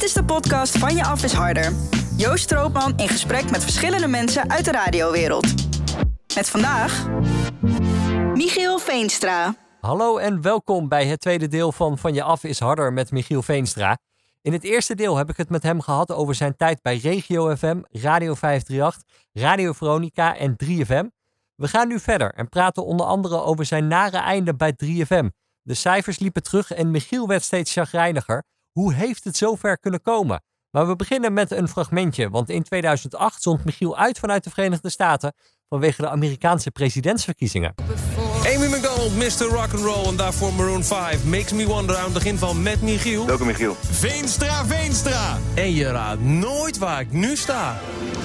is de podcast Van je af is harder. Joost Stroopman in gesprek met verschillende mensen uit de radiowereld. Met vandaag Michiel Veenstra. Hallo en welkom bij het tweede deel van je af is harder met Michiel Veenstra. In het eerste deel heb ik het met hem gehad over zijn tijd bij Regio FM, Radio 538, Radio Veronica en 3FM. We gaan nu verder en praten onder andere over zijn nare einde bij 3FM. De cijfers liepen terug en Michiel werd steeds chagrijniger. Hoe heeft het zover kunnen komen? Maar we beginnen met een fragmentje, want in 2008 zond Michiel uit vanuit de Verenigde Staten vanwege de Amerikaanse presidentsverkiezingen. Amy McDonald, Mr. Rock'n'Roll en daarvoor Maroon 5. Makes Me Wonder aan het begin van Met Michiel. Welkom Michiel. Veenstra, Veenstra. En je raadt nooit waar ik nu sta.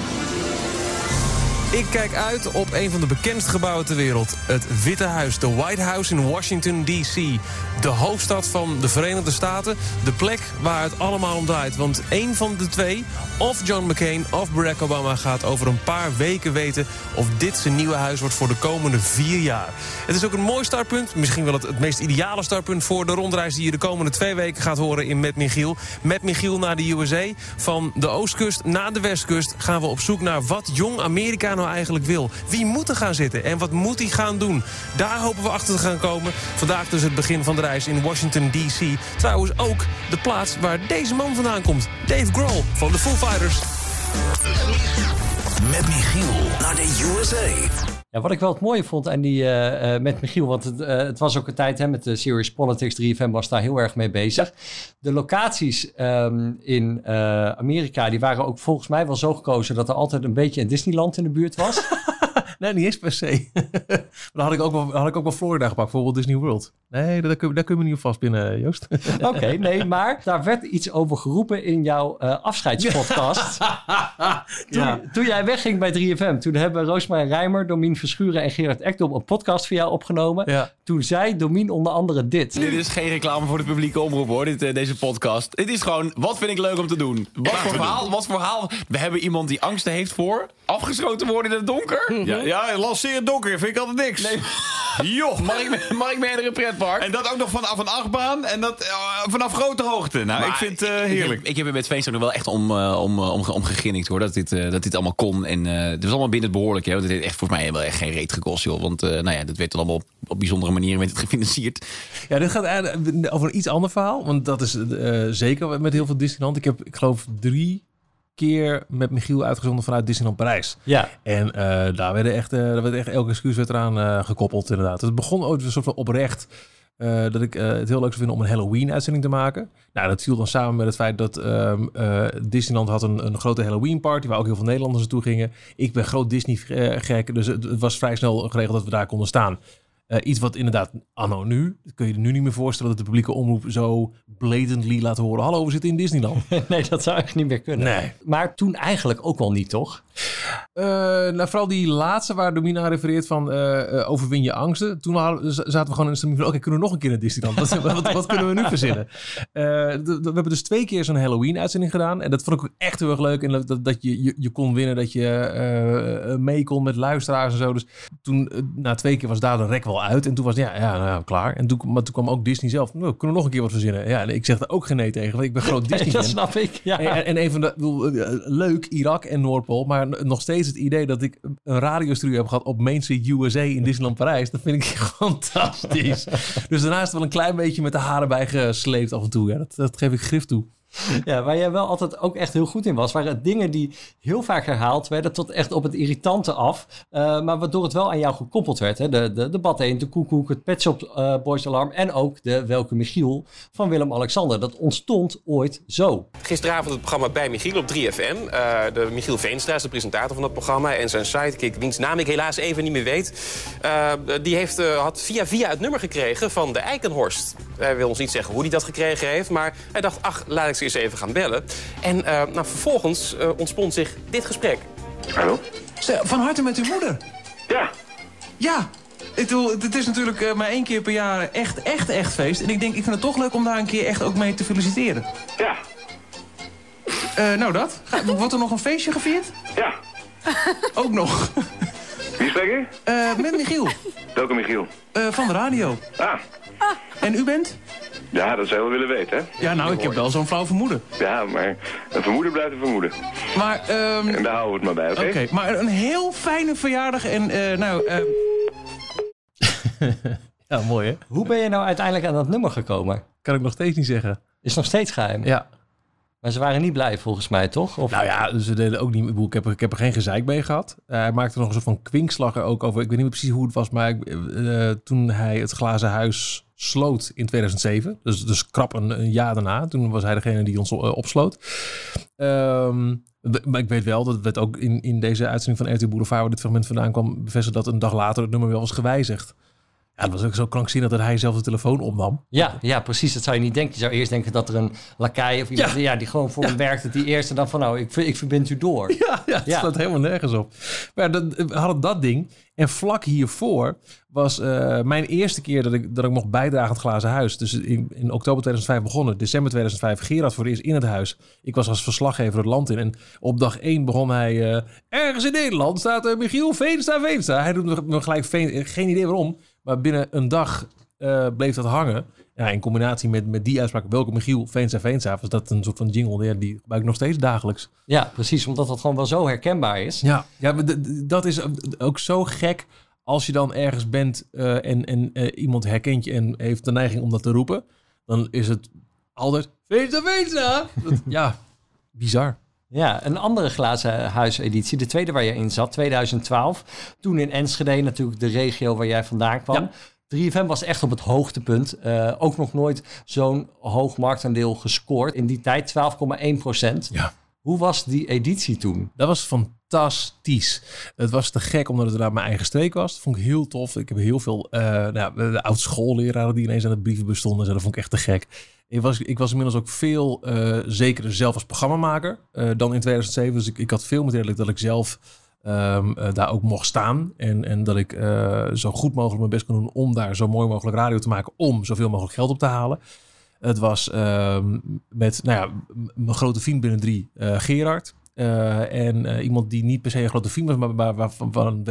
Ik kijk uit op een van de bekendste gebouwen ter wereld. Het Witte Huis, de White House in Washington, D.C. De hoofdstad van de Verenigde Staten. De plek waar het allemaal om draait. Want één van de twee, of John McCain of Barack Obama, gaat over een paar weken weten of dit zijn nieuwe huis wordt voor de komende 4 jaar. Het is ook een mooi startpunt. Misschien wel het meest ideale startpunt voor de rondreis die je de komende 2 weken gaat horen in Met Michiel. Met Michiel naar de USA. Van de oostkust naar de westkust gaan we op zoek naar wat jong Amerika nou eigenlijk wil. Wie moet er gaan zitten en wat moet hij gaan doen? Daar hopen we achter te gaan komen. Vandaag dus het begin van de reis in Washington D.C. Trouwens ook de plaats waar deze man vandaan komt. Dave Grohl van de Foo Fighters. Met Michiel naar de USA. Ja, wat ik wel het mooie vond aan die Met Michiel, want het was ook een tijd met de Series Politics, 3FM was daar heel erg mee bezig. De locaties in Amerika, die waren ook volgens mij wel zo gekozen dat er altijd een beetje een Disneyland in de buurt was. Nee, niet eens per se. Dan had ik ook wel Florida gepakt, bijvoorbeeld Disney World. Nee, daar kun je me niet op vast binnen, Joost. Oké, nee, maar daar werd iets over geroepen in jouw afscheidspodcast. Toen jij wegging bij 3FM, toen hebben Roosmarijn Rijmer, Domien Verschuren en Gerard Ekdom een podcast voor jou opgenomen. Ja. Toen zei Domien onder andere dit. Dit is geen reclame voor de publieke omroep hoor, deze podcast. Het is gewoon, wat vind ik leuk om te doen? Wat voor verhaal? We hebben iemand die angsten heeft voor afgeschoten worden in het donker. Ja, lanceer het donker, vind ik altijd niks. Nee. Joh, mag ik mee naar een pretpark? En dat ook nog vanaf een achtbaan en dat vanaf grote hoogte. Nou, ik vind het heerlijk. Ik heb er met Veenstra nog wel echt om gegrinnikt hoor, dat dit allemaal kon. En het was allemaal binnen het behoorlijke. Want het heeft echt volgens mij wel echt geen reet gekost, joh. Want dat werd dan allemaal op bijzondere manieren gefinancierd. Ja, dit gaat eigenlijk over een iets ander verhaal. Want dat is zeker met heel veel Disneyland. Ik geloof 3 keer met Michiel uitgezonden vanuit Disneyland Parijs. Ja. En daar werd echt elke excuus werd eraan gekoppeld inderdaad. Het begon ooit een soort van oprecht dat ik het heel leuk zou vinden om een Halloween-uitzending te maken. Nou, dat viel dan samen met het feit dat Disneyland had een grote Halloween-party waar ook heel veel Nederlanders naartoe gingen. Ik ben groot Disney-gek, dus het was vrij snel geregeld dat we daar konden staan. Iets wat inderdaad anno nu, kun je er nu niet meer voorstellen dat de publieke omroep zo blatantly laat horen. Hallo, we zitten in Disneyland. Nee, dat zou echt niet meer kunnen. Nee. Maar toen eigenlijk ook wel niet, toch? Vooral die laatste waar Domina refereert van overwin je angsten. Toen zaten we gewoon in de stemming van oké, kunnen we nog een keer naar Disneyland? Wat kunnen we nu verzinnen? We hebben dus 2 keer zo'n Halloween-uitzending gedaan. En dat vond ik ook echt heel erg leuk. En dat je kon winnen, dat je mee kon met luisteraars en zo. Dus toen, na 2 keer was daar de rek wel uit. En toen was het klaar. En toen kwam ook Disney zelf. Kunnen we nog een keer wat verzinnen? Ja, en ik zeg er ook geen nee tegen, want ik ben groot Disney. Dat snap ik, ja. En een van de... leuk, Irak en Noordpool, maar nog steeds het idee dat ik een radiostudio heb gehad op Main Street USA in Disneyland Parijs. Dat vind ik fantastisch. Dus daarna is het wel een klein beetje met de haren bij gesleept af en toe. Ja, dat geef ik grif toe. Ja, waar jij wel altijd ook echt heel goed in was, waren dingen die heel vaak herhaald werden tot echt op het irritante af. Maar waardoor het wel aan jou gekoppeld werd. Hè? De Bad Eend, de Koekoek, het Pet Shop Boys Alarm en ook de Welke Michiel van Willem-Alexander. Dat ontstond ooit zo. Gisteravond het programma Bij Michiel op 3FM. De Michiel Veenstra is de presentator van dat programma. En zijn sidekick, wiens naam ik helaas even niet meer weet. Die had via het nummer gekregen van de Eikenhorst. Hij wil ons niet zeggen hoe hij dat gekregen heeft. Maar hij dacht, laat ik ze eens even gaan bellen. En vervolgens ontspond zich dit gesprek. Hallo? Van harte met uw moeder. Ja. Ja. Het is natuurlijk maar 1 keer per jaar echt feest. En ik vind het toch leuk om daar een keer echt ook mee te feliciteren. Ja. Nou dat. Wordt er nog een feestje gevierd? Ja. Ook nog. Wie spreek ik? Met Michiel. Welke Michiel? Van de radio. Ah. En u bent? Ja, dat zou je wel willen weten, hè? Ja, nou, ik heb wel zo'n flauw vermoeden. Ja, maar een vermoeden blijft een vermoeden. Maar, en daar houden we het maar bij, oké? Oké, maar een heel fijne verjaardag en, Ja, mooi, hè? Hoe ben je nou uiteindelijk aan dat nummer gekomen? Kan ik nog steeds niet zeggen. Is nog steeds geheim? Ja. Maar ze waren niet blij volgens mij, toch? Of... Nou ja, ze deden ook niet... Ik heb er geen gezeik mee gehad. Hij maakte nog een soort van kwinkslag er ook over. Ik weet niet meer precies hoe het was, maar toen hij het glazen huis sloot in 2007. Dus krap een jaar daarna. Toen was hij degene die ons opsloot. Maar ik weet wel dat het ook in deze uitzending van RTL Boulevard, waar dit fragment vandaan kwam, bevestigd dat een dag later het nummer wel was gewijzigd. Ja, dat was ook zo krankzinnig dat hij zelf de telefoon opnam. Ja, precies. Dat zou je niet denken. Je zou eerst denken dat er een lakai of iemand die gewoon voor hem werkte, die eerst en dan van nou, ik verbind u door. Ja, het staat helemaal nergens op. Maar we hadden dat ding. En vlak hiervoor was mijn eerste keer dat ik mocht bijdragen aan het glazen huis. Dus in oktober 2005 begonnen. December 2005 Gerard voor het eerst in het huis. Ik was als verslaggever het land in. En op dag 1 begon hij... ergens in Nederland staat Michiel Veenstra. Hij doet me gelijk geen idee waarom. Maar binnen een dag bleef dat hangen. Ja, in combinatie met die uitspraak, welke Michiel Veenstra, was dat een soort van jingle die gebruik ik nog steeds dagelijks. Ja, precies, omdat dat gewoon wel zo herkenbaar is. Ja, maar dat is ook zo gek als je dan ergens bent en iemand herkent je en heeft de neiging om dat te roepen. Dan is het altijd Veenstra. Ja, bizar. Ja, een andere glazen huiseditie, de tweede waar je in zat, 2012. Toen in Enschede, natuurlijk de regio waar jij vandaan kwam. Ja. 3FM was echt op het hoogtepunt. Ook nog nooit zo'n hoog marktaandeel gescoord. In die tijd 12,1%. Ja. Hoe was die editie toen? Dat was fantastisch. Het was te gek omdat het mijn eigen streek was. Dat vond ik heel tof. Ik heb heel veel de oud-schoolleraren die ineens aan de brievenbus stonden. Dat vond ik echt te gek. Ik was inmiddels ook veel zekerder zelf als programmamaker dan in 2007. Dus ik had veel materiaal dat ik zelf daar ook mocht staan. En dat ik zo goed mogelijk mijn best kon doen om daar zo mooi mogelijk radio te maken. Om zoveel mogelijk geld op te halen. Het was met mijn grote vriend binnen 3, Gerard. En iemand die niet per se een grote vriend was, maar waarvan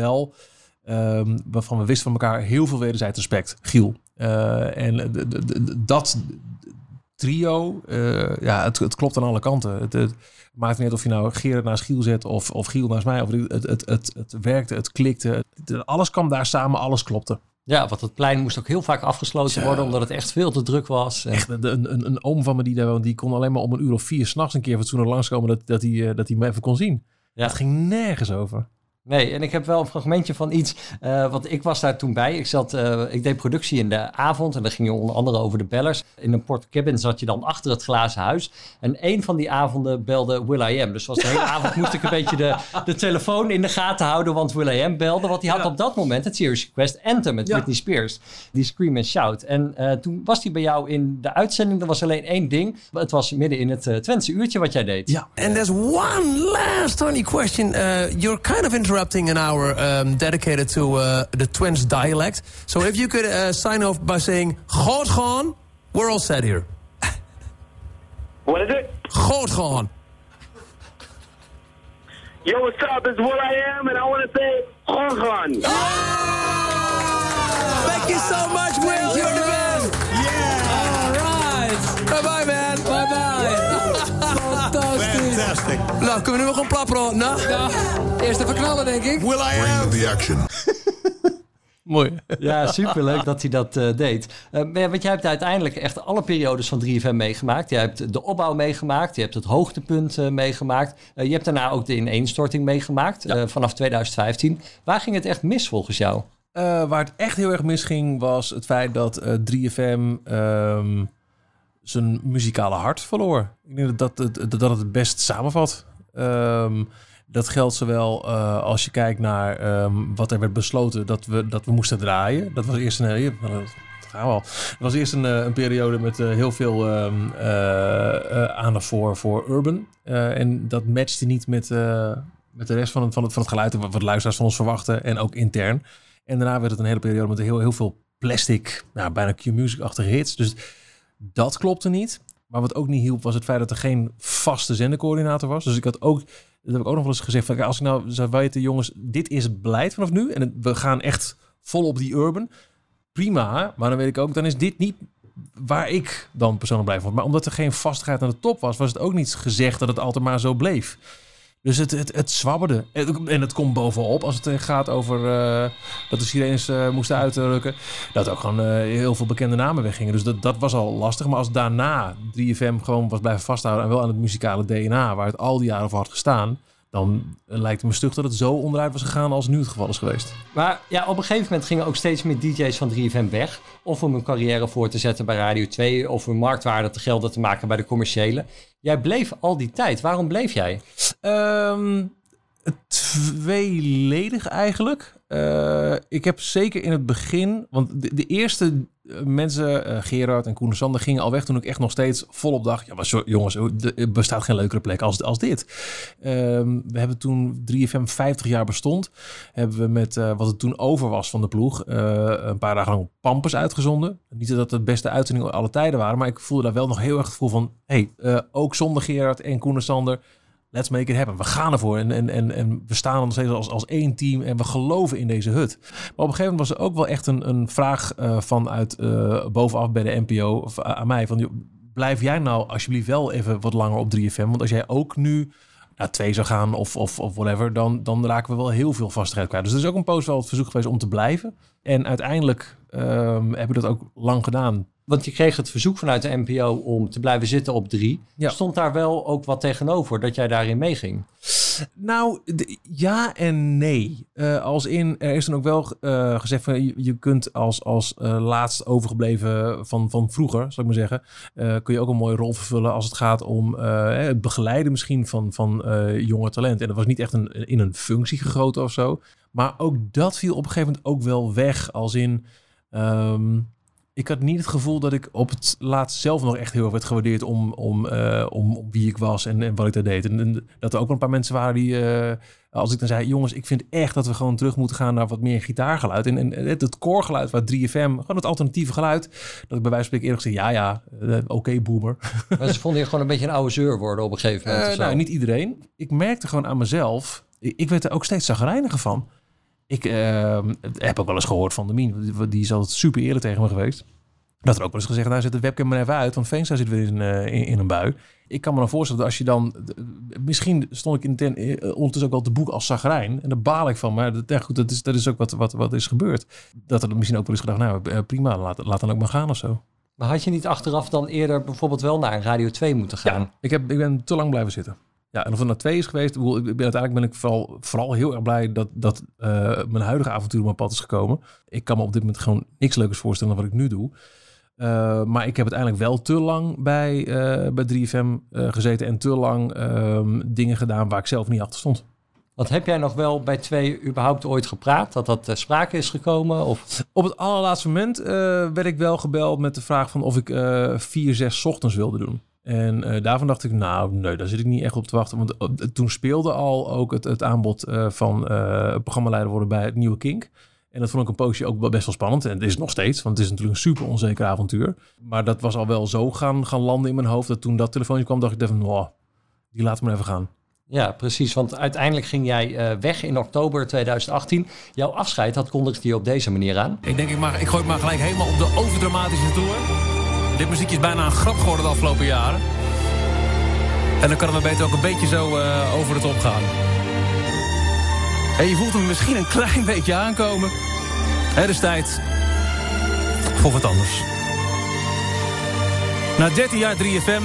we wisten van elkaar heel veel wederzijds respect. Giel. En dat trio, het klopt aan alle kanten. Het maakt niet uit of je nou Gerard naast Giel zet of Giel naast mij. Het werkte, het klikte. Alles kwam daar samen, alles klopte. Ja, want het plein moest ook heel vaak afgesloten worden, omdat het echt veel te druk was. Echt, een oom van me die daar woont, die kon alleen maar om 1:04 s'nachts een keer fatsoenlijk langskomen dat hij me even kon zien. Ja. Dat ging nergens over. Nee, en ik heb wel een fragmentje van iets, want ik was daar toen bij. Ik deed productie in de avond en dan ging je onder andere over de bellers. In een portcabin zat je dan achter het glazen huis. En een van die avonden belde will.i.am. Dus was de hele avond moest ik een beetje de telefoon in de gaten houden, want will.i.am belde. Want die had op dat moment het Serious Request Anthem met Britney Spears. Die Scream and Shout. En toen was die bij jou in de uitzending. Er was alleen één ding. Het was midden in het Twentse uurtje wat jij deed. Ja. And there's one last tiny question. You're kind of interrupting an hour dedicated to the Twents dialect. So if you could sign off by saying "Goed gaan," we're all set here. What is it? Goed gaan. Yo, what's up? It's will.i.am and I want to say goed gaan. Thank you so much, Will. You're the best. Yeah. All right. Bye-bye, man. Bye-bye. Fantastic. Nou, kunnen we nu nog een plapperen? Nou, eerst even knallen, denk ik. Will.i.am. The action. Mooi. Ja, superleuk dat hij dat deed. Want jij hebt uiteindelijk echt alle periodes van 3FM meegemaakt. Je hebt de opbouw meegemaakt. Je hebt het hoogtepunt meegemaakt. Je hebt daarna ook de ineenstorting meegemaakt. Vanaf 2015. Waar ging het echt mis volgens jou? Waar het echt heel erg misging was het feit dat 3FM zijn muzikale hart verloor. Ik denk dat het best samenvat. Dat geldt zowel als je kijkt naar wat er werd besloten dat we moesten draaien. Dat was eerst een periode met heel veel aandacht voor urban. En dat matchte niet met de rest van het geluid wat luisteraars van ons verwachten. En ook intern. En daarna werd het een hele periode met heel veel plastic, bijna Q-music-achtige hits. Dus dat klopte niet. Maar wat ook niet hielp was het feit dat er geen vaste zendercoördinator was. Dus ik had ook... Dat heb ik ook nog wel eens gezegd. Van, als ik nou zou weten, jongens, dit is het beleid vanaf nu. En we gaan echt vol op die urban. Prima. Maar dan weet ik ook, dan is dit niet waar ik dan persoonlijk blij vond. Maar omdat er geen vastigheid aan de top was het ook niet gezegd dat het altijd maar zo bleef. Dus het zwabberde. En het komt bovenop als het gaat over dat de sirenes moesten uitrukken. Dat ook gewoon heel veel bekende namen weggingen. Dus dat was al lastig. Maar als daarna 3FM gewoon was blijven vasthouden... en wel aan het muzikale DNA waar het al die jaren voor had gestaan... dan lijkt het me stug dat het zo onderuit was gegaan als nu het geval is geweest. Maar ja, op een gegeven moment gingen ook steeds meer DJ's van 3FM weg. Of om hun carrière voor te zetten bij Radio 2... of hun marktwaarde te gelden te maken bij de commerciële. Jij bleef al die tijd. Waarom bleef jij? Tweeledig eigenlijk. Ik heb zeker in het begin... want de eerste mensen, Gerard en Koen en Sander... gingen al weg toen ik echt nog steeds volop dacht... ja, maar jongens, er bestaat geen leukere plek als dit. We hebben toen 3FM 50 jaar bestond. Hebben we met wat het toen over was van de ploeg... een paar dagen lang Pampers uitgezonden. Niet dat het de beste uitzendingen alle tijden waren... maar ik voelde daar wel nog heel erg het gevoel van... ook zonder Gerard en Koen en Sander... let's make it happen. We gaan ervoor. En we staan nog steeds als één team. En we geloven in deze hut. Maar op een gegeven moment was er ook wel echt een vraag vanuit bovenaf bij de NPO aan mij. Van, blijf jij nou alsjeblieft wel even wat langer op 3FM? Want als jij ook nu naar 2 zou gaan of whatever... Dan raken we wel heel veel vastigheid kwijt. Dus er is ook een poos wel het verzoek geweest om te blijven. En uiteindelijk heb ik dat ook lang gedaan. Want je kreeg het verzoek vanuit de NPO om te blijven zitten op 3. Ja. Stond daar wel ook wat tegenover dat jij daarin meeging? Nou, ja en nee. Als in, er is dan ook wel gezegd van je kunt als laatst overgebleven van vroeger, zal ik maar zeggen, kun je ook een mooie rol vervullen als het gaat om het begeleiden misschien van jonge talent. En dat was niet echt in een functie gegoten of zo. Maar ook dat viel op een gegeven moment ook wel weg. Als in, ik had niet het gevoel dat ik op het laatst zelf nog echt heel erg werd gewaardeerd om wie ik was en wat ik daar deed. En dat er ook wel een paar mensen waren die, als ik dan zei, jongens, ik vind echt dat we gewoon terug moeten gaan naar wat meer gitaargeluid. En het koorgeluid waar 3FM, gewoon het alternatieve geluid, dat ik bij wijze van spreken eerlijk zeg, oké, boomer. Maar ze vonden je gewoon een beetje een oude zeur worden op een gegeven moment. Nou, niet iedereen. Ik merkte gewoon aan mezelf, ik werd er ook steeds chagrijniger van. Ik heb ook wel eens gehoord van de Mien, die is altijd super eerlijk tegen me geweest. Dat er ook wel eens gezegd, nou zet de webcam maar even uit, want Veenstra zit weer in een bui. Ik kan me dan voorstellen dat als je dan, misschien stond ik ondertussen ook wel te boek als chagrijn. En daar baal ik van, maar dat is ook wat is gebeurd. Dat er misschien ook wel eens gedacht, nou prima, laat dan ook maar gaan of zo. Maar had je niet achteraf dan eerder bijvoorbeeld wel naar een Radio 2 moeten gaan? Ja, ik ben te lang blijven zitten. Ja, en of het naar 2 is geweest, uiteindelijk ben ik vooral heel erg blij dat mijn huidige avontuur op mijn pad is gekomen. Ik kan me op dit moment gewoon niks leukers voorstellen dan wat ik nu doe. Maar ik heb uiteindelijk wel te lang bij 3FM gezeten en te lang dingen gedaan waar ik zelf niet achter stond. Want heb jij nog wel bij 2 überhaupt ooit gepraat? Dat sprake is gekomen? Of? Op het allerlaatste moment werd ik wel gebeld met de vraag van of ik 4-6 ochtends wilde doen. En daarvan dacht ik, nou nee, daar zit ik niet echt op te wachten. Want toen speelde al ook het aanbod van programmaleider worden bij het Nieuwe Kink. En dat vond ik een poosje ook best wel spannend. En het is het nog steeds, want het is natuurlijk een super onzeker avontuur. Maar dat was al wel zo gaan landen in mijn hoofd. Dat toen dat telefoontje kwam, dacht ik van, die laten we maar even gaan. Ja, precies. Want uiteindelijk ging jij weg in oktober 2018. Jouw afscheid, dat kondigde je op deze manier aan. Ik denk, ik gooi het maar gelijk helemaal op de overdramatische toer. Dit muziekje is bijna een grap geworden de afgelopen jaren. En dan kan het maar beter ook een beetje zo over de top gaan. En je voelt hem misschien een klein beetje aankomen. Het is tijd voor wat anders. Na 13 jaar 3FM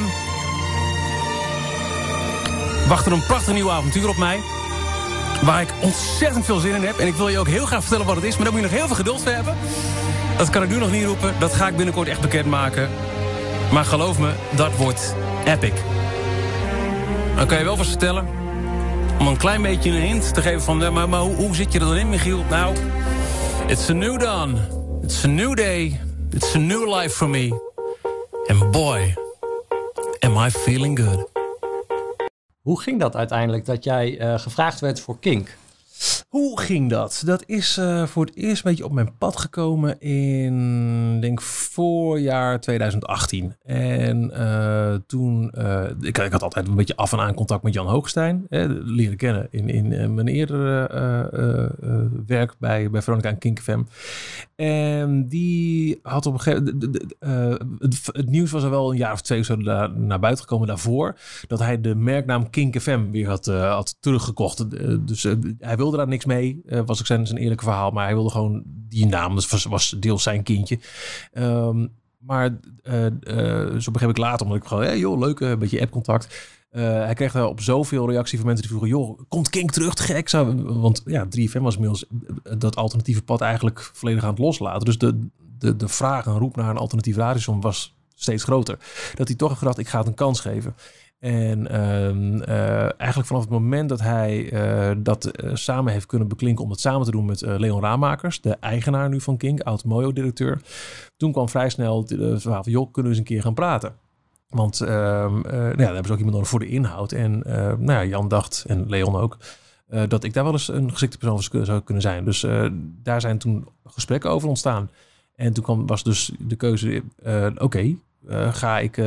wacht er een prachtig nieuw avontuur op mij. Waar ik ontzettend veel zin in heb. En ik wil je ook heel graag vertellen wat het is. Maar daar moet je nog heel veel geduld voor hebben. Dat kan ik nu nog niet roepen. Dat ga ik binnenkort echt bekendmaken. Maar geloof me, dat wordt epic. Dan kan je wel vast vertellen. Om een klein beetje een hint te geven van... Maar hoe zit je er dan in, Michiel? Nou, it's a new dawn. It's a new day. It's a new life for me. And boy, am I feeling good. Hoe ging dat uiteindelijk dat jij gevraagd werd voor Kink? Hoe ging dat? Dat is voor het eerst een beetje op mijn pad gekomen in, denk voorjaar 2018. En toen, ik had altijd een beetje af en aan contact met Jan Hoogstein. Leren kennen in mijn eerdere werk bij Veronica en Kink FM. En die had op een gegeven moment... Het nieuws was er wel een jaar of 2 zo naar buiten gekomen daarvoor. Dat hij de merknaam Kink FM weer had teruggekocht. Dus hij wilde daar niks mee. Was ook zijn eerlijke verhaal. Maar hij wilde gewoon die naam. Dus was deels zijn kindje. Maar zo begreep ik later. Omdat ik gewoon, leuk, een beetje appcontact. Hij kreeg daar op zoveel reactie van mensen die vroegen... joh, komt Kink terug, te gek? Want ja, 3FM was inmiddels dat alternatieve pad eigenlijk volledig aan het loslaten. Dus de vraag en roep naar een alternatief radiostation was steeds groter. Dat hij toch heeft gedacht, ik ga het een kans geven. En eigenlijk vanaf het moment dat hij dat samen heeft kunnen beklinken... om het samen te doen met Leon Raamakers, de eigenaar nu van Kink, oud-Mojo-directeur... toen kwam vrij snel het verhaal van... joh, kunnen we eens een keer gaan praten? Want daar hebben ze ook iemand nodig voor de inhoud. En Jan dacht, en Leon ook, dat ik daar wel eens een geschikte persoon voor zou kunnen zijn. Dus daar zijn toen gesprekken over ontstaan. En toen was dus de keuze, ga ik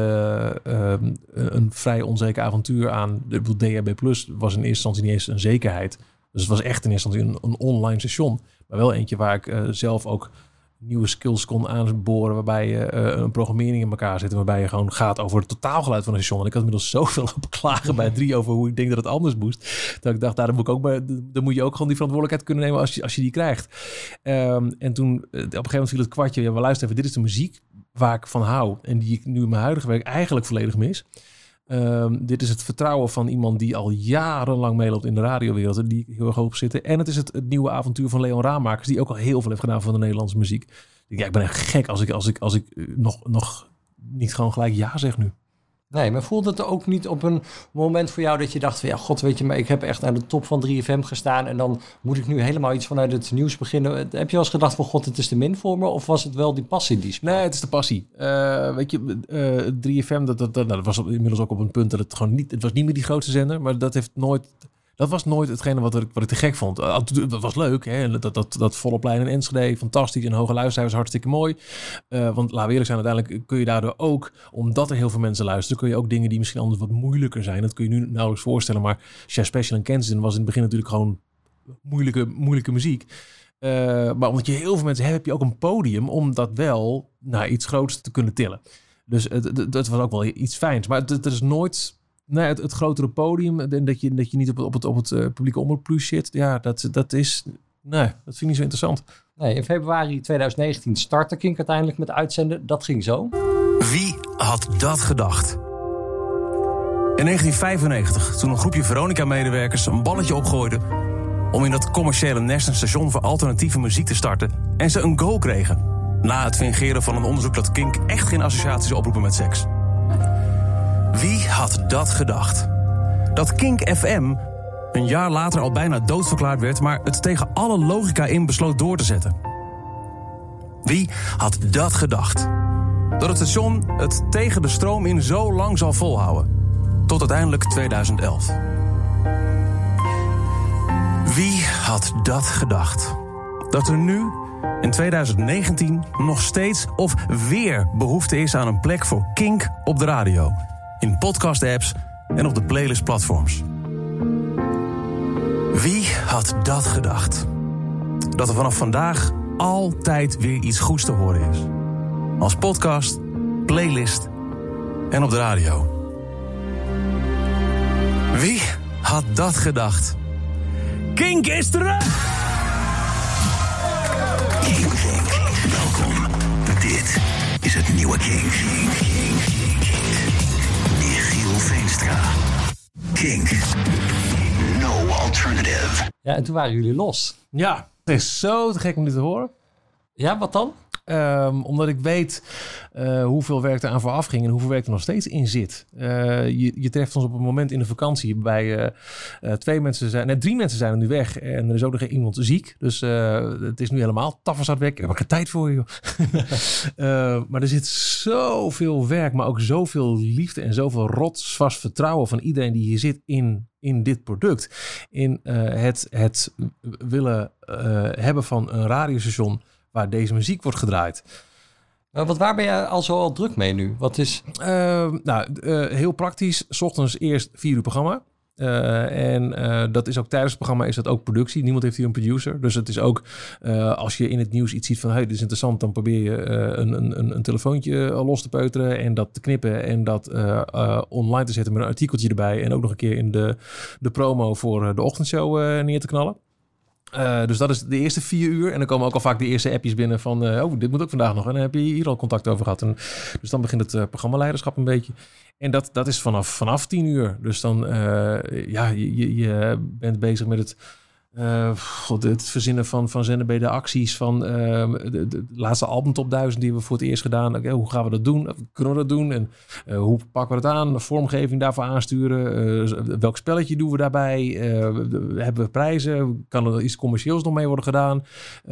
een vrij onzeker avontuur aan. De DHB Plus was in eerste instantie niet eens een zekerheid. Dus het was echt in eerste instantie een online station. Maar wel eentje waar ik zelf ook... nieuwe skills kon aanboren, waarbij je een programmering in elkaar zit, waarbij je gewoon gaat over het totaalgeluid van een station. En ik had inmiddels zoveel op klagen bij 3 over hoe ik denk dat het anders moest, dat ik dacht, dan moet je ook gewoon die verantwoordelijkheid kunnen nemen als je die krijgt. En toen, op een gegeven moment viel het kwartje, ja, maar luister even, dit is de muziek waar ik van hou en die ik nu in mijn huidige werk eigenlijk volledig mis. Dit is het vertrouwen van iemand die al jarenlang meeloopt in de radiowereld en die heel erg hoog zitten. En het is het nieuwe avontuur van Leon Raamakers, die ook al heel veel heeft gedaan van de Nederlandse muziek. Ja, ik ben echt gek als ik nog niet gewoon gelijk ja zeg nu. Nee, maar voelde het ook niet op een moment voor jou dat je dacht van ja, god weet je, maar ik heb echt aan de top van 3FM gestaan en dan moet ik nu helemaal iets vanuit het nieuws beginnen. Heb je wel eens gedacht van god, het is te min voor me, of was het wel die passie die sprak? Nee, het is de passie. Weet je, 3FM, dat was inmiddels ook op een punt dat het gewoon niet, het was niet meer die grootste zender, maar dat was nooit hetgene wat ik te gek vond. Dat was leuk, hè? Dat volop lijn in Enschede, fantastisch. En hoge luistercijfers, hartstikke mooi. Want laten we eerlijk zijn, uiteindelijk kun je daardoor ook... omdat er heel veel mensen luisteren... kun je ook dingen die misschien anders wat moeilijker zijn... dat kun je nu nauwelijks voorstellen. Maar Chef Special en Kensington was in het begin natuurlijk gewoon... moeilijke muziek. Maar omdat je heel veel mensen hebt... heb je ook een podium om dat wel naar iets groots te kunnen tillen. Dus dat was ook wel iets fijns. Maar het is nooit... Nee, het grotere podium en dat je niet op het publieke omroepplus zit. Ja, dat is... Nee, dat vind ik niet zo interessant. Nee, in februari 2019 startte Kink uiteindelijk met uitzenden. Dat ging zo. Wie had dat gedacht? In 1995, toen een groepje Veronica-medewerkers een balletje opgooide... om in dat commerciële nest een station voor alternatieve muziek te starten... en ze een go kregen. Na het fingeren van een onderzoek dat Kink echt geen associaties oproepen met seks. Wie had dat gedacht? Dat Kink FM een jaar later al bijna doodverklaard werd... maar het tegen alle logica in besloot door te zetten. Wie had dat gedacht? Dat het station het tegen de stroom in zo lang zal volhouden. Tot uiteindelijk 2011. Wie had dat gedacht? Dat er nu, in 2019, nog steeds of weer behoefte is aan een plek voor Kink op de radio... in podcast-apps en op de playlist-platforms. Wie had dat gedacht? Dat er vanaf vandaag altijd weer iets goeds te horen is. Als podcast, playlist en op de radio. Wie had dat gedacht? Kink is terug! Kink. Welkom. Dit is het nieuwe Kink. Michiel Veenstra. Kink. No alternative. Ja, en toen waren jullie los. Ja, het is zo te gek om dit te horen. Ja, wat dan? Omdat ik weet hoeveel werk er aan vooraf ging en hoeveel werk er nog steeds in zit. Je treft ons op een moment in de vakantie bij 3 mensen zijn er nu weg en er is ook nog iemand ziek. Dus het is nu helemaal tafels aan het werk. Ik heb er geen tijd voor, joh. Maar er zit zoveel werk, maar ook zoveel liefde en zoveel rotsvast vertrouwen van iedereen die hier zit in dit product. In het willen hebben van een radiostation waar deze muziek wordt gedraaid. Waar ben je al druk mee nu? Wat is... Heel praktisch. 's Ochtends eerst 4 uur programma. Dat is ook tijdens het programma is dat ook productie. Niemand heeft hier een producer. Dus het is ook als je in het nieuws iets ziet van hey, dit is interessant, dan probeer je een telefoontje los te peuteren en dat te knippen en dat online te zetten met een artikeltje erbij en ook nog een keer in de promo voor de ochtendshow neer te knallen. Dus dat is de eerste 4 uur. En dan komen ook al vaak de eerste appjes binnen van dit moet ook vandaag nog. En dan heb je hier al contact over gehad. Dus dan begint het programmaleiderschap een beetje. En dat is vanaf 10 uur. Dus dan je bent bezig met het verzinnen van zender acties van de laatste albumtop 1000 die we voor het eerst gedaan. Okay, hoe gaan we dat doen? Kunnen we dat doen? En hoe pakken we het aan? De vormgeving daarvoor aansturen? Welk spelletje doen we daarbij? Hebben we prijzen? Kan er iets commercieels nog mee worden gedaan?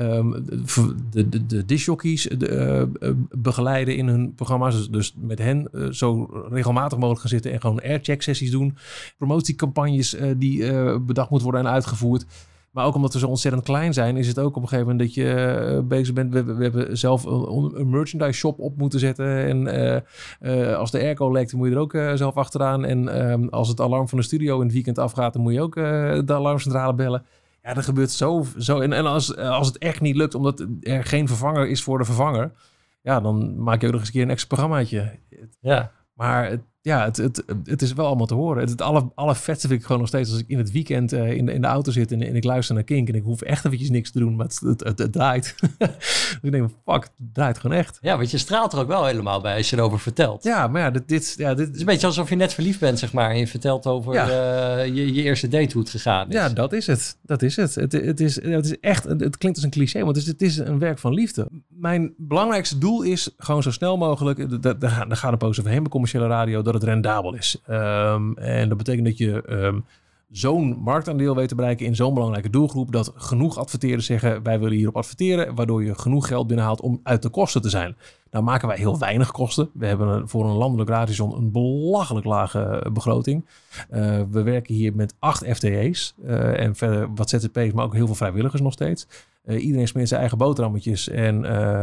De discjockeys begeleiden in hun programma's. Dus met hen zo regelmatig mogelijk gaan zitten en gewoon aircheck sessies doen. Promotiecampagnes die bedacht moeten worden en uitgevoerd. Maar ook omdat we zo ontzettend klein zijn, is het ook op een gegeven moment dat je bezig bent. We hebben zelf een merchandise shop op moeten zetten. En als de airco lekt, dan moet je er ook zelf achteraan. En als het alarm van de studio in het weekend afgaat, dan moet je ook de alarmcentrale bellen. Ja, dat gebeurt zo. En als het echt niet lukt, omdat er geen vervanger is voor de vervanger, ja, dan maak je ook nog eens een keer een extra programmaatje. Ja. Maar het is wel allemaal te horen. Het allervetste vind ik gewoon nog steeds als ik in het weekend in de auto zit en ik luister naar Kink en ik hoef echt eventjes niks te doen, maar het draait. Dus ik denk, fuck, het draait gewoon echt. Ja, want je straalt er ook wel helemaal bij als je erover vertelt. Ja, maar dit is een beetje alsof je net verliefd bent, zeg maar. En je vertelt over je eerste date, hoe het gegaan is. Ja, dat is het. Het is echt, het klinkt als een cliché, want het is een werk van liefde. Mijn belangrijkste doel is gewoon zo snel mogelijk, daar gaat een post overheen bij commerciële radio, dat het rendabel is. En dat betekent dat je zo'n marktaandeel weet te bereiken in zo'n belangrijke doelgroep, dat genoeg adverteerders zeggen, wij willen hierop adverteren, waardoor je genoeg geld binnenhaalt om uit de kosten te zijn. Nou maken wij heel weinig kosten. We hebben voor een landelijk radiostation een belachelijk lage begroting. We werken hier met 8 FTE's en verder wat ZZP's, maar ook heel veel vrijwilligers nog steeds. Iedereen smeert zijn eigen boterhammetjes en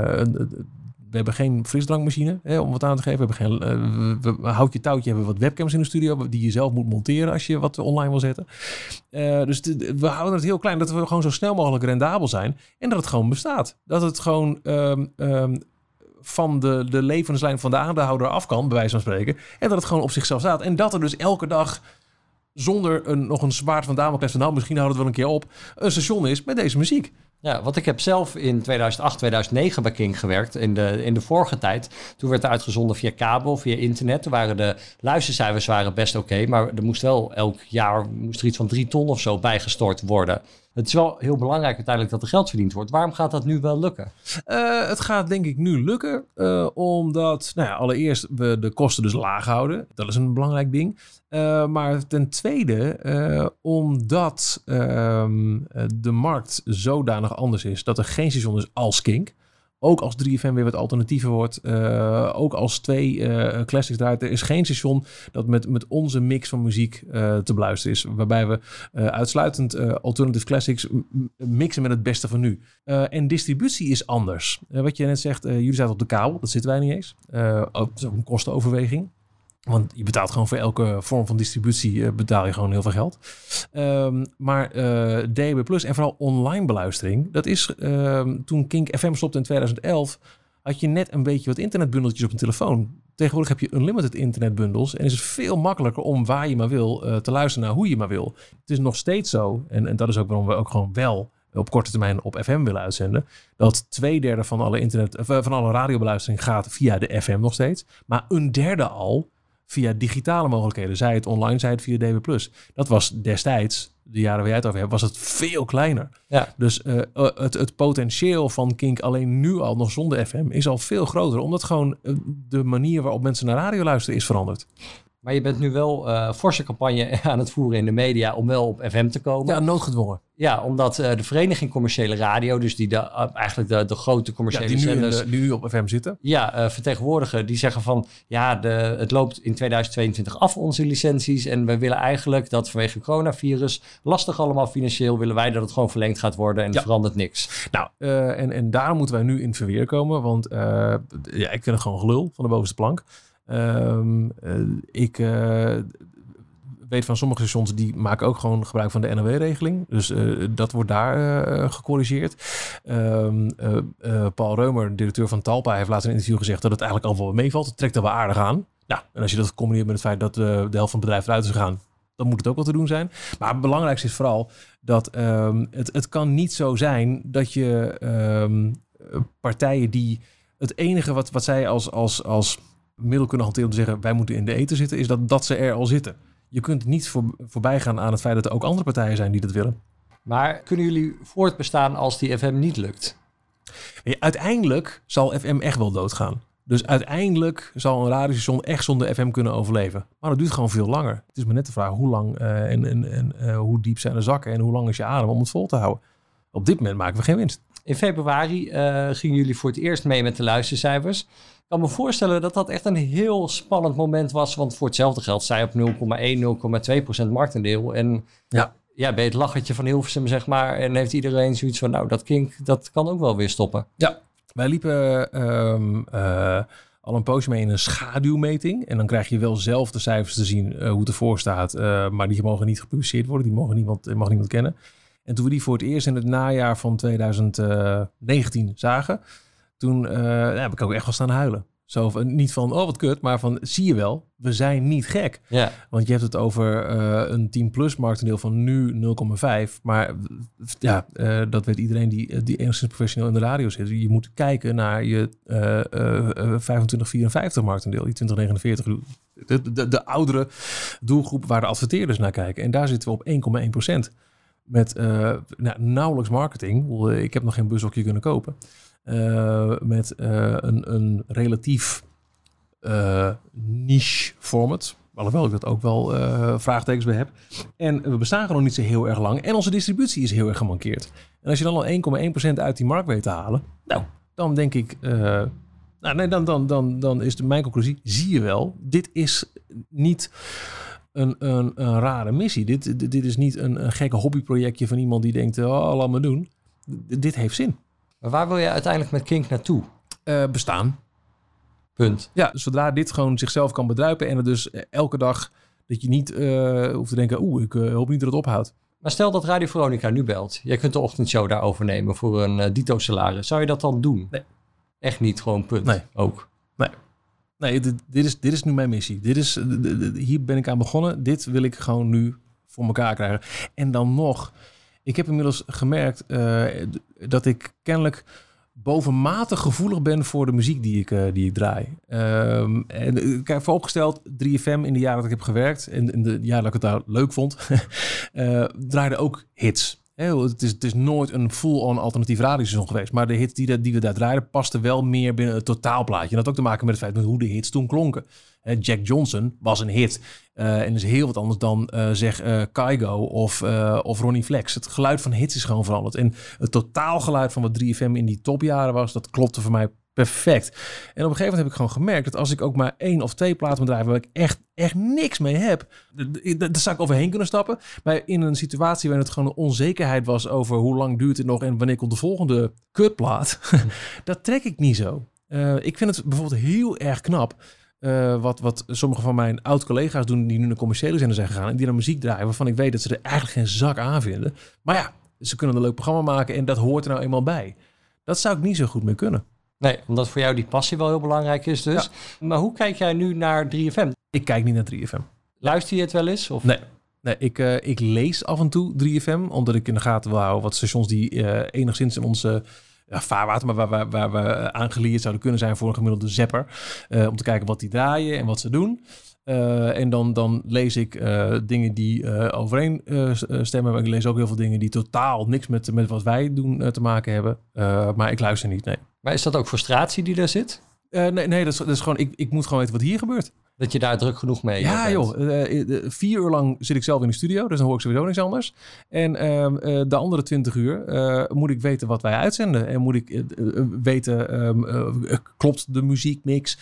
we hebben geen frisdrankmachine om wat aan te geven. We hebben geen houtje touwtje, hebben wat webcams in de studio die je zelf moet monteren als je wat online wil zetten. Dus we houden het heel klein, dat we gewoon zo snel mogelijk rendabel zijn en dat het gewoon bestaat. Dat het gewoon van de levenslijn van de aandeelhouder af kan, bij wijze van spreken. En dat het gewoon op zichzelf staat. En dat er dus elke dag zonder nog een zwaard van Damocles van misschien houden we het wel een keer op, een station is met deze muziek. Ja, want ik heb zelf in 2008, 2009 bij Kink gewerkt. In de vorige tijd. Toen werd er uitgezonden via kabel, via internet. Toen waren de luistercijfers best oké. Maar er moest wel elk jaar iets van 3 ton of zo bijgestort worden. Het is wel heel belangrijk uiteindelijk dat er geld verdiend wordt. Waarom gaat dat nu wel lukken? Het gaat denk ik nu lukken. Omdat allereerst we de kosten dus laag houden. Dat is een belangrijk ding. Maar ten tweede, omdat de markt zodanig anders is, dat er geen station is als Kink. Ook als 3FM weer wat alternatiever wordt. Ook als 2 classics draait. Er is geen station dat met onze mix van muziek te beluisteren is. Waarbij we uitsluitend alternative classics mixen met het beste van nu. En distributie is anders. Wat je net zegt, jullie zaten op de kabel. Dat zitten wij niet eens. Dat is ook een kostenoverweging. Want je betaalt gewoon voor elke vorm van distributie betaal je gewoon heel veel geld. Maar DAB Plus en vooral online beluistering, dat is toen Kink FM stopte in 2011, had je net een beetje wat internetbundeltjes op een telefoon. Tegenwoordig heb je unlimited internetbundels en is het veel makkelijker om waar je maar wil te luisteren naar hoe je maar wil. Het is nog steeds zo, en dat is ook waarom we ook gewoon wel op korte termijn op FM willen uitzenden, dat 2/3 van alle radiobeluistering gaat via de FM nog steeds, maar 1/3 al via digitale mogelijkheden. Zij het online, zij het via DAB+. Dat was destijds, de jaren waar jij het over hebt, was het veel kleiner. Ja. Dus het potentieel van Kink alleen nu al nog zonder FM is al veel groter. Omdat gewoon de manier waarop mensen naar radio luisteren is veranderd. Maar je bent nu wel forse campagne aan het voeren in de media om wel op FM te komen. Ja, noodgedwongen. Ja, de Vereniging Commerciële Radio, dus die eigenlijk de grote commerciële zenders die nu op FM zitten. Ja, vertegenwoordigen, die zeggen van het loopt in 2022 af onze licenties en we willen eigenlijk dat vanwege het coronavirus, lastig allemaal financieel, willen wij dat het gewoon verlengd gaat worden en er verandert niks. Nou, en daar moeten wij nu in verweer komen, want ik vind het gewoon gelul van de bovenste plank. Weet weet van sommige stations, die maken ook gewoon gebruik van de NOW-regeling. Dus dat wordt daar gecorrigeerd. Paul Reumer, directeur van Talpa, heeft laatst in een interview gezegd dat het eigenlijk al wel meevalt. Het trekt er wel aardig aan. Nou, en als je dat combineert met het feit dat de helft van het bedrijf eruit is gegaan, dan moet het ook wel te doen zijn. Maar het belangrijkste is vooral dat het kan niet zo zijn dat je partijen die het enige wat zij als middel kunnen hanteren om te zeggen wij moeten in de eten zitten, is dat ze er al zitten. Je kunt niet voorbij gaan aan het feit dat er ook andere partijen zijn die dat willen. Maar kunnen jullie voortbestaan als die FM niet lukt? Ja, uiteindelijk zal FM echt wel doodgaan. Dus uiteindelijk zal een radiostation echt zonder FM kunnen overleven. Maar dat duurt gewoon veel langer. Het is maar net de vraag hoe lang en hoe diep zijn de zakken en hoe lang is je adem om het vol te houden. Op dit moment maken we geen winst. In februari gingen jullie voor het eerst mee met de luistercijfers. Ik kan me voorstellen dat dat echt een heel spannend moment was. Want voor hetzelfde geld sta je op 0,1, 0,2% marktaandeel. En ben je het lachertje van Hilversum, zeg maar. En heeft iedereen zoiets van, nou, dat Kink, dat kan ook wel weer stoppen. Ja, wij liepen al een poosje mee in een schaduwmeting. En dan krijg je wel zelf de cijfers te zien hoe het ervoor staat. Maar die mogen niet gepubliceerd worden. Die mag niemand kennen. En toen we die voor het eerst in het najaar van 2019 zagen, toen heb ik ook echt wel staan huilen. Zo niet van, oh wat kut, maar van, zie je wel, we zijn niet gek. Ja. Want je hebt het over een 10 plus marktaandeel van nu 0,5. Maar dat weet iedereen die enigszins professioneel in de radio zit. Je moet kijken naar je 25-54 marktaandeel, die 2049. De oudere doelgroep waar de adverteerders naar kijken. En daar zitten we op 1,1%. Met nauwelijks marketing. Ik heb nog geen bushokje kunnen kopen. Met een relatief niche format. Alhoewel ik dat ook wel vraagtekens bij heb. En we bestaan gewoon niet zo heel erg lang. En onze distributie is heel erg gemankeerd. En als je dan al 1,1% uit die markt weet te halen. Nou, dan denk ik... Dan is mijn conclusie. Zie je wel, dit is niet een rare missie. Dit is niet een gekke hobbyprojectje van iemand die denkt, laat me doen. Dit heeft zin. Maar waar wil je uiteindelijk met Kink naartoe? Bestaan. Punt. Ja, zodra dit gewoon zichzelf kan bedruipen en er dus elke dag dat je niet hoeft te denken, ik hoop niet dat het ophoudt. Maar stel dat Radio Veronica nu belt. Jij kunt de ochtendshow daar overnemen voor een dito salaris. Zou je dat dan doen? Nee. Echt niet, gewoon punt. Nee. Ook. Nee, dit is nu mijn missie. Hier ben ik aan begonnen. Dit wil ik gewoon nu voor elkaar krijgen. En dan nog, ik heb inmiddels gemerkt dat ik kennelijk bovenmatig gevoelig ben voor de muziek die ik draai. En ik heb vooropgesteld, 3FM in de jaren dat ik heb gewerkt en in de jaren dat ik het daar leuk vond, draaide ook hits. Het is nooit een full-on alternatief radiostation geweest. Maar de hits die we daar draaiden pasten wel meer binnen het totaalplaatje. En dat had ook te maken met het feit met hoe de hits toen klonken. Jack Johnson was een hit. En is heel wat anders dan Kygo of Ronnie Flex. Het geluid van hits is gewoon veranderd. En het totaalgeluid van wat 3FM in die topjaren was, dat klopte voor mij perfect. En op een gegeven moment heb ik gewoon gemerkt dat als ik ook maar 1 of 2 platen moet draaien waar ik echt niks mee heb, daar zou ik overheen kunnen stappen. Maar in een situatie waarin het gewoon een onzekerheid was over hoe lang duurt het nog en wanneer komt de volgende kutplaat, dat trek ik niet zo. Ik vind het bijvoorbeeld heel erg knap wat sommige van mijn oud-collega's doen die nu naar commerciële zender zijn gegaan en die naar muziek draaien waarvan ik weet dat ze er eigenlijk geen zak aan vinden. Maar ja, ze kunnen een leuk programma maken en dat hoort er nou eenmaal bij. Dat zou ik niet zo goed mee kunnen. Nee, omdat voor jou die passie wel heel belangrijk is dus. Ja. Maar hoe kijk jij nu naar 3FM? Ik kijk niet naar 3FM. Luister je het wel eens? Of? Nee, ik lees af en toe 3FM, omdat ik in de gaten wil houden wat stations die enigszins in onze vaarwater, maar waar we aangeleerd zouden kunnen zijn voor een gemiddelde zapper. Om te kijken wat die draaien en wat ze doen. En dan lees ik dingen die overeenstemmen. Maar ik lees ook heel veel dingen die totaal niks met wat wij doen te maken hebben. Maar ik luister niet, nee. Maar is dat ook frustratie die daar zit? Nee, dat is gewoon, ik moet gewoon weten wat hier gebeurt. Dat je daar druk genoeg mee Ja, bent. joh. 4 uur lang zit ik zelf in de studio, dus dan hoor ik sowieso niks anders. En de andere 20 uur moet ik weten wat wij uitzenden. En moet ik weten, klopt de muziekmix?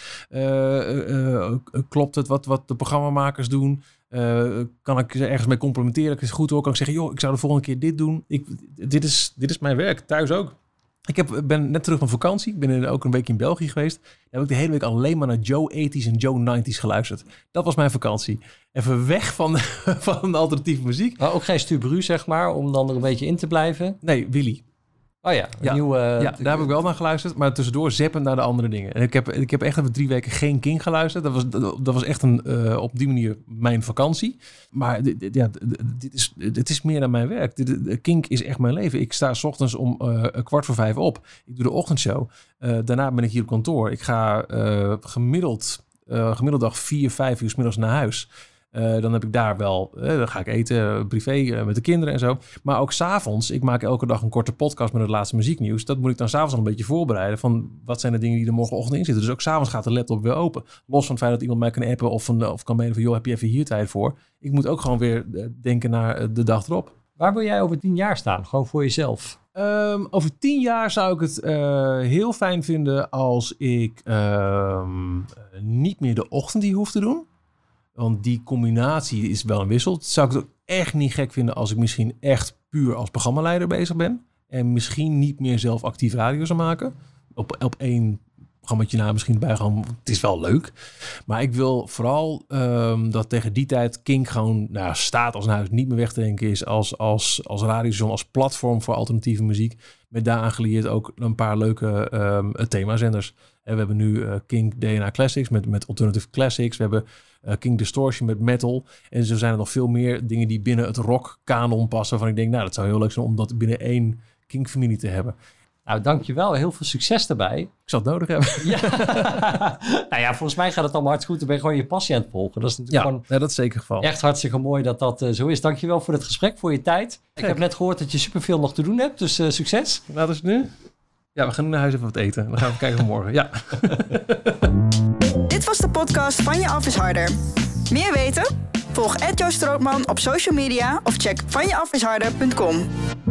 Klopt het wat de programmamakers doen? Kan ik ze ergens mee complimenteren? Als ik het goed hoor, kan ik zeggen, joh, ik zou de volgende keer dit doen. Dit is mijn werk, thuis ook. Ik ben net terug van vakantie. Ik ben ook een week in België geweest. Daar heb ik de hele week alleen maar naar Joe 80's en Joe 90's geluisterd. Dat was mijn vakantie. Even weg van alternatieve muziek. Maar ook geen Stubru, zeg maar, om dan er een beetje in te blijven? Nee, Willy. Oh ja, daar heb ik wel naar geluisterd. Maar tussendoor zappen naar de andere dingen. En ik heb echt even 3 weken geen King geluisterd. Dat was echt op die manier mijn vakantie. Maar dit is meer dan mijn werk. King is echt mijn leven. Ik sta 's ochtends om 4:45 op. Ik doe de ochtendshow. Daarna ben ik hier op kantoor. Ik ga gemiddeld dag 4-5 uur 's middags naar huis. Dan heb ik daar wel, dan ga ik eten, privé, met de kinderen en zo. Maar ook 's avonds, ik maak elke dag een korte podcast met het laatste muzieknieuws. Dat moet ik dan 's avonds nog een beetje voorbereiden. Van wat zijn de dingen die er morgenochtend in zitten. Dus ook 's avonds gaat de laptop weer open. Los van het feit dat iemand mij kan appen of kan mailen van... joh, heb je even hier tijd voor? Ik moet ook gewoon weer denken naar de dag erop. Waar wil jij over 10 jaar staan? Gewoon voor jezelf? Over 10 jaar zou ik het heel fijn vinden als ik niet meer de ochtend die hoef te doen. Want die combinatie is wel een wissel. Zou ik het ook echt niet gek vinden als ik misschien echt puur als programmaleider bezig ben. En misschien niet meer zelf actief radio zou maken. Op 1 programmaatje na misschien erbij gaan. Het is wel leuk. Maar ik wil vooral dat tegen die tijd King gewoon staat als een huis, niet meer weg te denken is als radiostation, als platform voor alternatieve muziek. Met daaraan gelieerd ook een paar leuke themazenders. En we hebben nu King DNA Classics met Alternative Classics. We hebben King Distortion met metal. En zo zijn er nog veel meer dingen die binnen het rock-kanon passen. Waarvan ik denk, dat zou heel leuk zijn om dat binnen 1 King-familie te hebben. Nou, dankjewel. Heel veel succes daarbij. Ik zal het nodig hebben. Ja. Volgens mij gaat het allemaal hartstikke goed. Dan ben je gewoon je passie aan het volgen. Dat is natuurlijk gewoon dat is zeker geval. Echt hartstikke mooi dat zo is. Dankjewel voor het gesprek, voor je tijd. Ik heb net gehoord dat je superveel nog te doen hebt. Dus succes. Wat is het nu? Ja, we gaan nu naar huis even wat eten. Dan gaan we kijken morgen. Ja. Dit was de podcast Van Je Af is Harder. Meer weten? Volg @Joost Strootman op social media of check vanjeafisharder.com.